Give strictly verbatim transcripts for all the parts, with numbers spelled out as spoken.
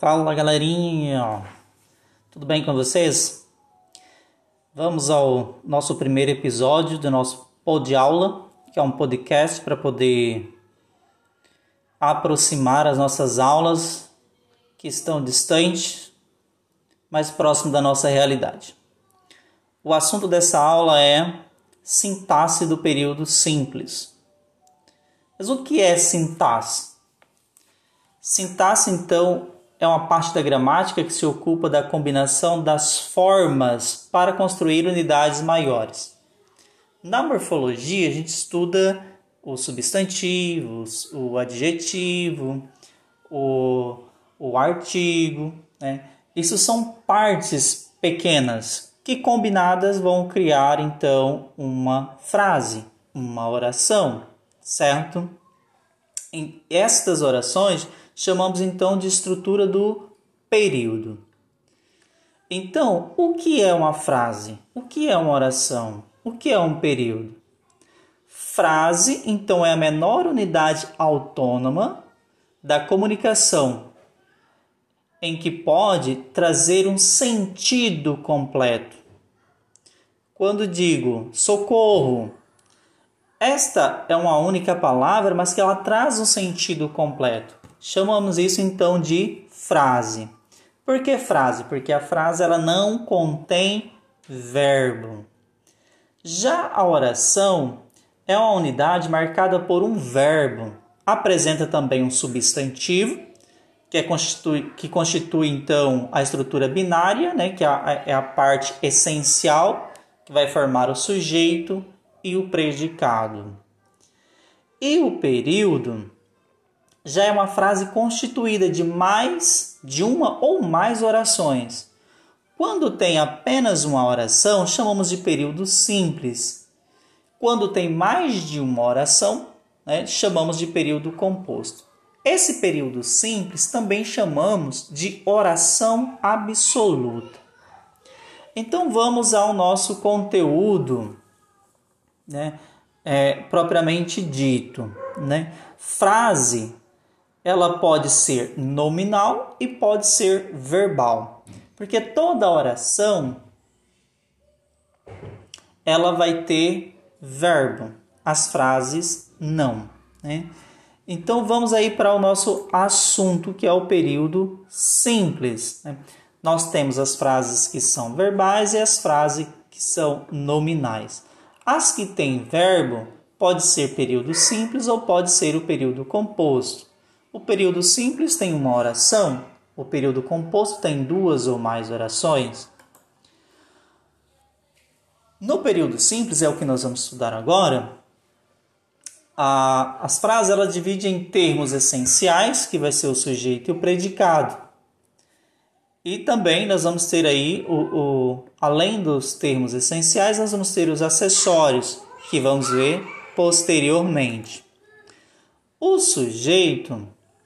Fala galerinha, tudo bem com vocês? Vamos ao nosso primeiro episódio do nosso Pod Aula, que é um podcast para poder aproximar as nossas aulas que estão distantes, mais próximo da nossa realidade. O assunto dessa aula é sintaxe do período simples. Mas o que é sintaxe? Sintaxe, então, é uma parte da gramática que se ocupa da combinação das formas para construir unidades maiores. Na morfologia, a gente estuda os substantivos, o adjetivo, o, o artigo, né? Isso são partes pequenas que combinadas vão criar, então, uma frase, uma oração, certo? Em estas orações, chamamos então de estrutura do período. Então, o que é uma frase? O que é uma oração? O que é um período? Frase, então, é a menor unidade autônoma da comunicação, em que pode trazer um sentido completo. Quando digo socorro, esta é uma única palavra, mas que ela traz um sentido completo. Chamamos isso então de frase. Por que frase? Porque a frase ela não contém verbo. Já a oração é uma unidade marcada por um verbo. Apresenta também um substantivo, que, é constitui, que constitui então a estrutura binária, né, que é a, é a parte essencial, que vai formar o sujeito e o predicado. E o período já é uma frase constituída de mais de uma ou mais orações. Quando tem apenas uma oração, chamamos de período simples. Quando tem mais de uma oração, né, chamamos de período composto. Esse período simples também chamamos de oração absoluta. Então vamos ao nosso conteúdo, né, é, propriamente dito, né? Frase, ela pode ser nominal e pode ser verbal, porque toda oração ela vai ter verbo, as frases não, né? Então vamos aí para o nosso assunto, que é o período simples, né? Nós temos as frases que são verbais e as frases que são nominais. As que têm verbo pode ser período simples ou pode ser o período composto. O período simples tem uma oração, o período composto tem duas ou mais orações. No período simples, é o que nós vamos estudar agora, a, as frases ela divide em termos essenciais, que vai ser o sujeito e o predicado. E também nós vamos ter aí, o, o, além dos termos essenciais, nós vamos ter os acessórios, que vamos ver posteriormente. O sujeito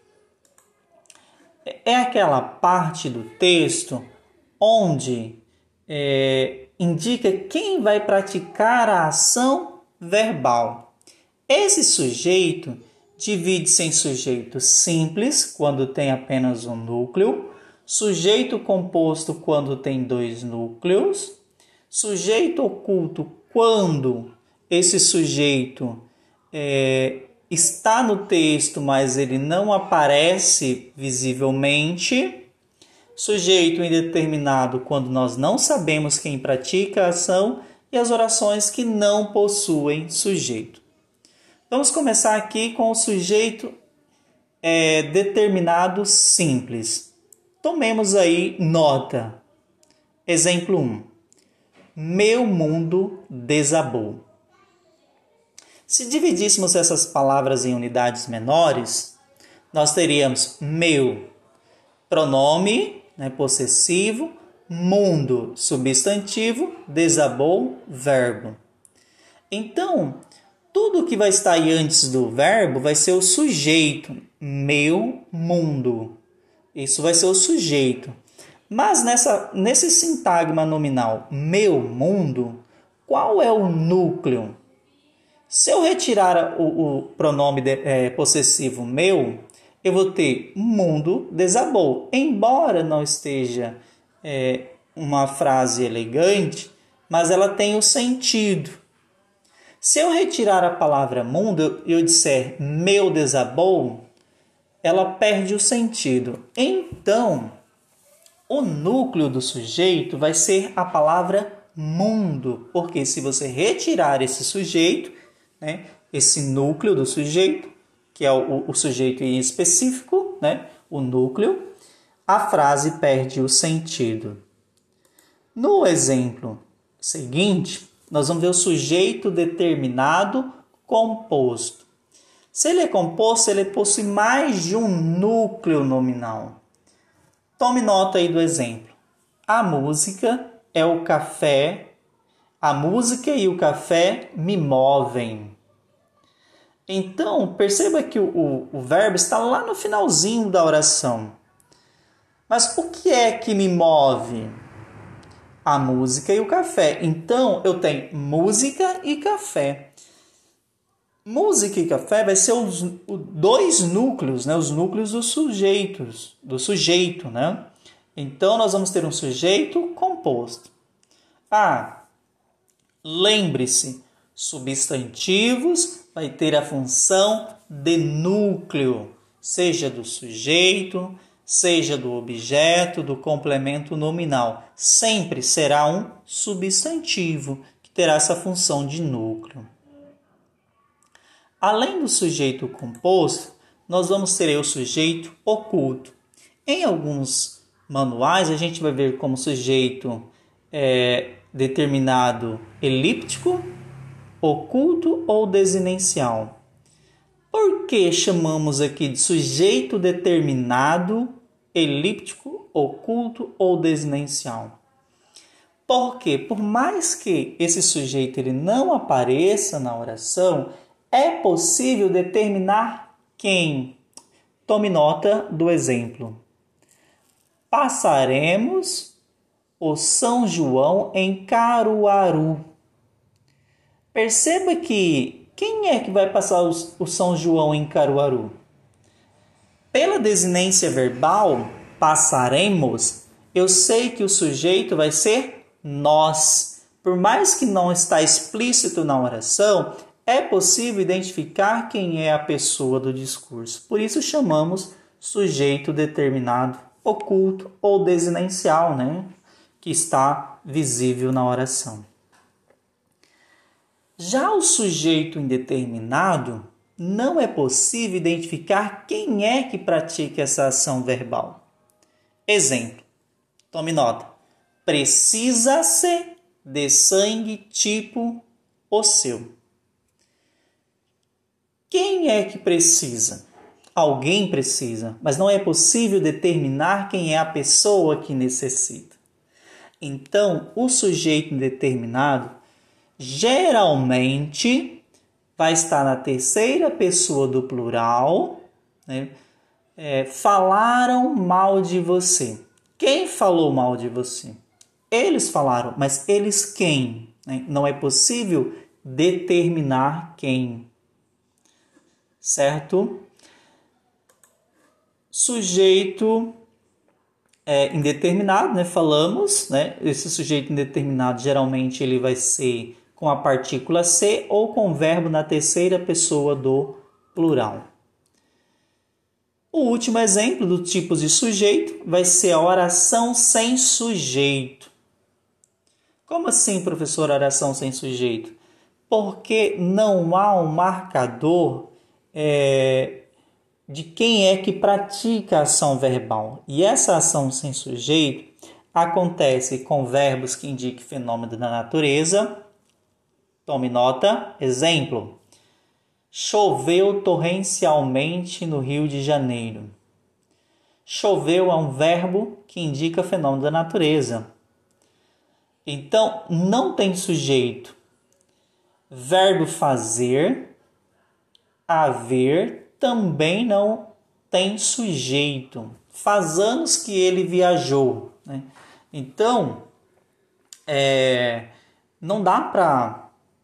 é aquela parte do texto onde é, indica quem vai praticar a ação verbal. Esse sujeito divide-se em sujeito simples, quando tem apenas um núcleo, sujeito composto quando tem dois núcleos, sujeito oculto quando esse sujeito é, está no texto, mas ele não aparece visivelmente, sujeito indeterminado quando nós não sabemos quem pratica a ação e as orações que não possuem sujeito. Vamos começar aqui com o sujeito é, determinado simples. Tomemos aí nota. Exemplo um. Meu mundo desabou. Se dividíssemos essas palavras em unidades menores, nós teríamos meu, pronome, né, possessivo, mundo, substantivo, desabou, verbo. Então, tudo que vai estar aí antes do verbo vai ser o sujeito, meu mundo. Isso vai ser o sujeito. Mas nessa, nesse sintagma nominal, meu mundo, qual é o núcleo? Se eu retirar o, o pronome de, é, possessivo meu, eu vou ter mundo desabou. Embora não esteja é, uma frase elegante, mas ela tem o sentido. Se eu retirar a palavra mundo e eu disser meu desabou, ela perde o sentido. Então, o núcleo do sujeito vai ser a palavra mundo, porque se você retirar esse sujeito, né, esse núcleo do sujeito, que é o, o sujeito em específico, né, o núcleo, a frase perde o sentido. No exemplo seguinte, nós vamos ver o sujeito determinado composto. Se ele é composto, ele possui mais de um núcleo nominal. Tome nota aí do exemplo. A música é o café, a música e o café me movem. Então, perceba que o, o, o verbo está lá no finalzinho da oração. Mas o que é que me move? A música e o café. Então, eu tenho música e café. Música e café vai ser os, os dois núcleos, né? Os núcleos dos sujeitos, do sujeito, né? Então, nós vamos ter um sujeito composto. Ah, lembre-se, substantivos vai ter a função de núcleo, seja do sujeito, seja do objeto, do complemento nominal. Sempre será um substantivo que terá essa função de núcleo. Além do sujeito composto, nós vamos ter o sujeito oculto. Em alguns manuais, a gente vai ver como sujeito é, determinado elíptico, oculto ou desinencial. Por que chamamos aqui de sujeito determinado, elíptico, oculto ou desinencial? Porque, por mais que esse sujeito ele não apareça na oração, é possível determinar quem. Tome nota do exemplo. Passaremos o São João em Caruaru. Perceba que quem é que vai passar o São João em Caruaru? Pela desinência verbal, passaremos, eu sei que o sujeito vai ser nós. Por mais que não está explícito na oração, é possível identificar quem é a pessoa do discurso. Por isso chamamos sujeito determinado, oculto ou desinencial, né? Que está visível na oração. Já o sujeito indeterminado, não é possível identificar quem é que pratica essa ação verbal. Exemplo, tome nota. Precisa-se de sangue tipo o seu. Quem é que precisa? Alguém precisa, mas não é possível determinar quem é a pessoa que necessita. Então, o sujeito indeterminado geralmente vai estar na terceira pessoa do plural, né? É, falaram mal de você. Quem falou mal de você? Eles falaram, mas eles quem? Né? Não é possível determinar quem. Certo? Sujeito é, indeterminado, né? Falamos, né? Esse sujeito indeterminado geralmente ele vai ser com a partícula se ou com o verbo na terceira pessoa do plural. O último exemplo do tipo de sujeito vai ser a oração sem sujeito. Como assim, professor, oração sem sujeito? Porque não há um marcador é, de quem é que pratica a ação verbal. E essa ação sem sujeito acontece com verbos que indiquem fenômeno da natureza. Tome nota. Exemplo. Choveu torrencialmente no Rio de Janeiro. Choveu é um verbo que indica fenômeno da natureza. Então, não tem sujeito. Verbo fazer, haver, também não tem sujeito. Faz anos que ele viajou, né? Então, é, não dá para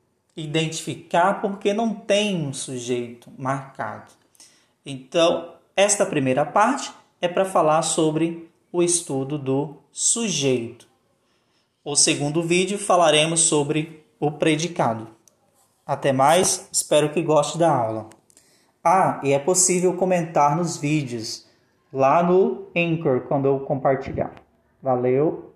identificar porque não tem um sujeito marcado. Então, Esta primeira parte é para falar sobre o estudo do sujeito. O segundo vídeo falaremos sobre o predicado. Até mais, espero que goste da aula. Ah, e é possível comentar nos vídeos lá no Anchor quando eu compartilhar. Valeu!